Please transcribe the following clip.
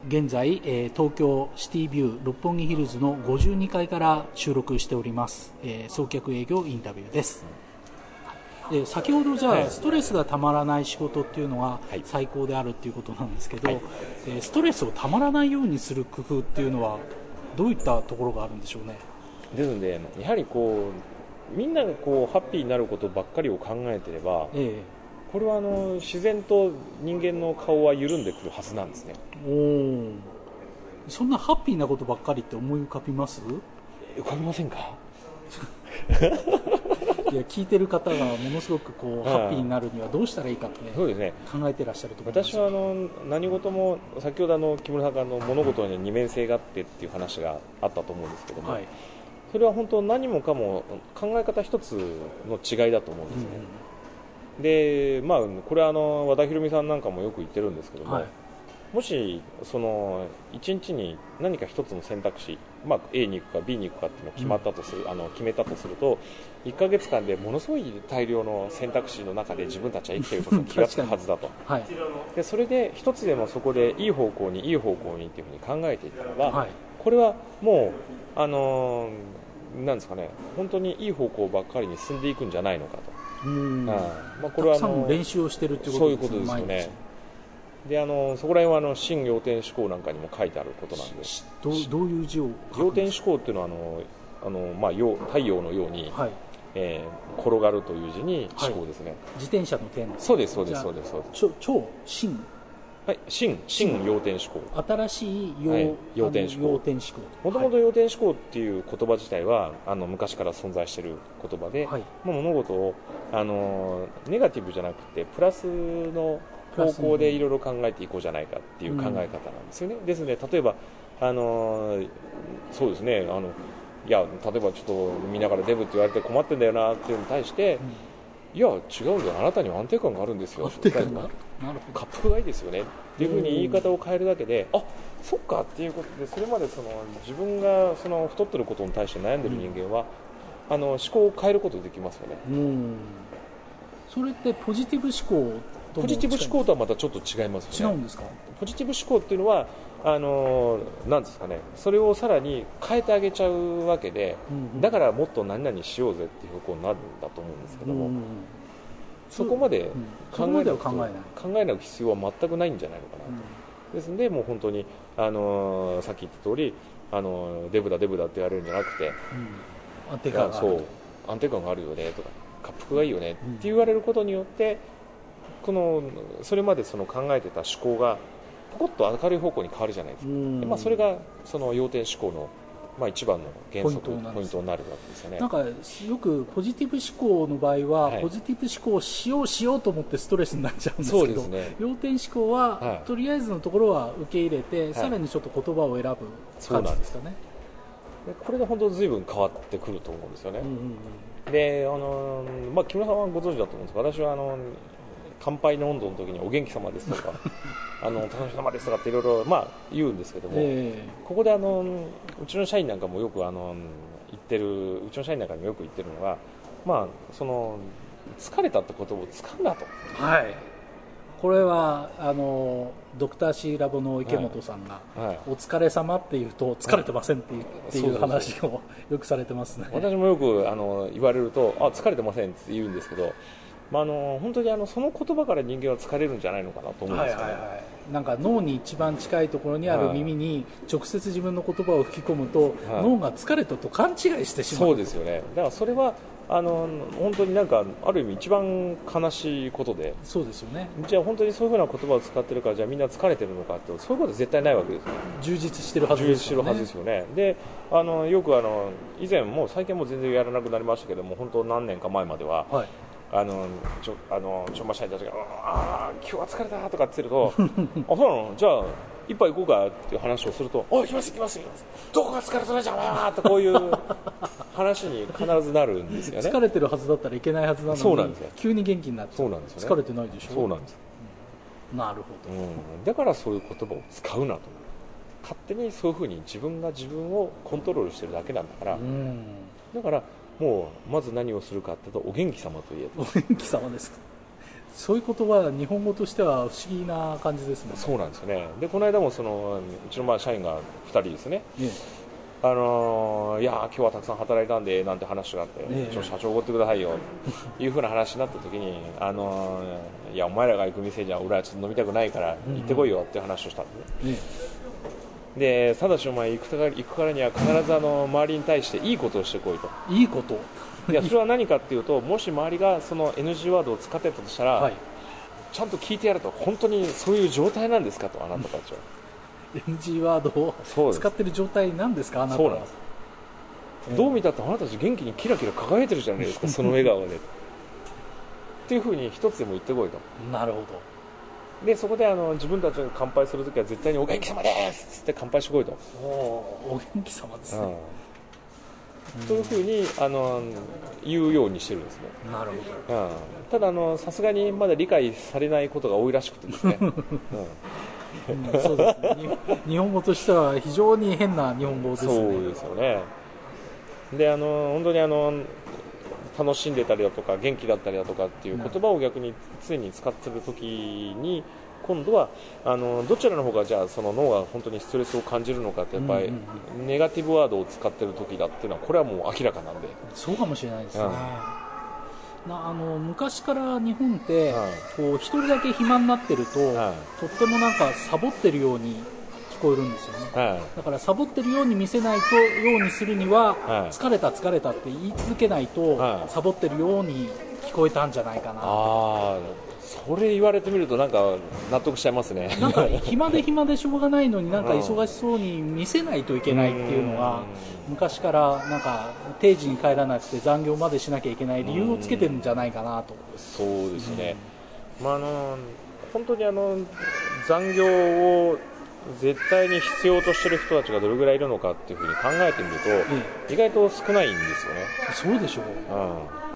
現在、東京シティビュー六本木ヒルズの52階から収録しております、送客営業インタビューです。先ほどじゃあ、ストレスがたまらない仕事っていうのは最高であるっていうことなんですけど、ストレスをたまらないようにする工夫っていうのはどういったところがあるんでしょうね。 ですのでやはりみんながハッピーになることばっかりを考えていれば、これは自然と人間の顔は緩んでくるはずなんですね。 そんなハッピーなことばっかりって思い浮かびます？ 浮かびませんか？ いや、聞いてる方がものすごくハッピーになるにはどうしたらいいかって、 そうですね、 考えてらっしゃると思います。 私は何事も先ほど木村さんが物事には二面性があってっていう話があったと思うんですけども、それは本当何もかも考え方一つの違いだと思うんですね。で、これは和田博美さんなんかもよく言ってるんですけども、もし一日に何か一つの選択肢、A に行くか B に行くかっていうのを決めたとすると、1ヶ月間でものすごい大量の選択肢の中で自分たちは生きていることに気がつくはずだと。でそれで一つでもそこでいい方向にっていうふうに考えていったらば、これはもうなんですかね、本当にいい方向ばっかりに進んでいくんじゃないのかと。 これはたくさんの練習をしているということですね。 そういうことですよね。でそこら辺は新要点思考なんかにも書いてあることなんです。 どういう字を要点思考っていうのは太陽のように、転がるという字に思考ですね。 自転車の点。 そうです。 超新、 新要点思考、 新しい要点思考。 もともと要点思考っていう言葉自体は昔から存在している言葉で、物事をネガティブじゃなくてプラスの方向でいろいろ考えていこうじゃないかっていう考え方なんですよね。ですので例えばそうですね、いや例えばちょっと見ながらデブって言われて困ってんだよなっていうのに対して、いや違うんだよ、あなたには安定感があるんですよ、滑腹がいいですよねっていうふうに言い方を変えるだけで、そっかっていうことで、それまで自分が太ってることに対して悩んでる人間は、思考を変えることができますよね。 それってポジティブ思考とポジティブ思考とはまたちょっと違いますよね。 違うんですか？ ポジティブ思考っていうのはなんですかね、それをさらに変えてあげちゃうわけで、だからもっと何々しようぜっていう方向になるんだと思うんですけども、そこまで考えない必要は全くないんじゃないのかなと。ですのでもう本当にさっき言った通りデブだって言われるんじゃなくて、 安定感がある、 安定感があるよねとか滑腹がいいよねって言われることによって、それまで考えてた思考がポコッと明るい方向に変わるじゃないですか。それが要点思考の、一番の原則ポイントになるわけですよね。 なんかよくポジティブ思考の場合は、ポジティブ思考をしようと思ってストレスになっちゃうんですけど、要点思考は、とりあえずのところは受け入れて、さらにちょっと言葉を選ぶ感じですかね。 これが本当随分変わってくると思うんですよね。で木村さんはご存知だと思うんですが、私は乾杯の温度の時にお元気様ですとかお楽しみ様ですとかっていろいろ言うんですけども、ここでうちの社員なんかもよく言ってる、うちの社員なんかにもよく言ってるのが、疲れたって言葉を使うなと。 これはドクターシーラボの池本さんが、お疲れ様って言うと疲れてませんっていう話をよくされてますね。 私もよく言われると疲れてませんって言うんですけど、本当にその言葉から人間は疲れるんじゃないのかなと思うんですよね。 なんか脳に一番近いところにある耳に直接自分の言葉を吹き込むと、脳が疲れたと勘違いしてしまう。 そうですよね。だからそれは本当になんかある意味一番悲しいことで、 そうですよね。 じゃあ本当にそういうふうな言葉を使ってるから、じゃあみんな疲れてるのかって、そういうことは絶対ないわけですよね。 充実してるはずですよね。 でよく以前も最近も全然やらなくなりましたけども、本当何年か前までは、ちょま社員たちが今日は疲れたとかって言ってるとそうなの、じゃあ一杯行こうかっていう話をすると、行きますどこが疲れてないじゃんとこういう話に必ずなるんですよね。 疲れてるはずだったらいけないはずなのに、そうなんですよ、急に元気になって、そうなんですよね、疲れてないでしょ。 そうなんです、 なるほど、 だからそういう言葉を使うなと。勝手にそういうふうに自分が自分をコントロールしてるだけなんだから、だからもうまず何をするかっていうと、お元気様と言えと。 お元気様ですか。 そういうことは日本語としては不思議な感じですね。 そうなんですよね。でこの間もうちの社員が2人ですね、いや今日はたくさん働いたんでなんて話があって、社長おごってくださいよというふうな話になった時に、いやお前らが行く店じゃ俺はちょっと飲みたくないから行ってこいよっていう話をしたんですね、でただしお前行くからには必ず周りに対していいことをしてこいと。 いいこといやそれは何かっていうと、もし周りがその NG ワードを使ってたとしたら、はい、ちゃんと聞いてやると、本当にそういう状態なんですかと、あなたたちは NG ワードを使ってる状態なんですか、あなたは。そうなんです、 どう見たってあなたたち元気にキラキラ輝いてるじゃないですかその笑顔でっていうふうに一つでも言ってこいと。 なるほど。 でそこで自分たちが乾杯するときは絶対にお元気様ですって乾杯してこいと。 お元気様ですね、 というふうに言うようにしてるんですね。 なるほど、 たださすがにまだ理解されないことが多いらしくてですね、 そうですね、日本語としては非常に変な日本語ですね。 そうですよね。で本当に楽しんでたりだとか元気だったりだとかっていう言葉を逆に常に使ってるときに、今度はどちらの方がじゃあその脳が本当にストレスを感じるのかって、やっぱりネガティブワードを使ってるときだっていうのはこれはもう明らかなんで。 そうかもしれないですね、昔から日本ってこう一人だけ暇になってると、とってもなんかサボってるように聞こえるんですよね、だからサボってるように見せないとようにするには、疲れた疲れたって言い続けないと、サボってるように聞こえたんじゃないかな。 それ言われてみるとなんか納得しちゃいますね。 なんか暇でしょうがないのになんか忙しそうに見せないといけないっていうのが昔からなんか定時に帰らなくて残業までしなきゃいけない理由をつけてるんじゃないかなと。 そうですね、本当に残業を絶対に必要としている人たちがどれぐらいいるのかっていうふうに考えてみると、意外と少ないんですよね。 そうでしょう、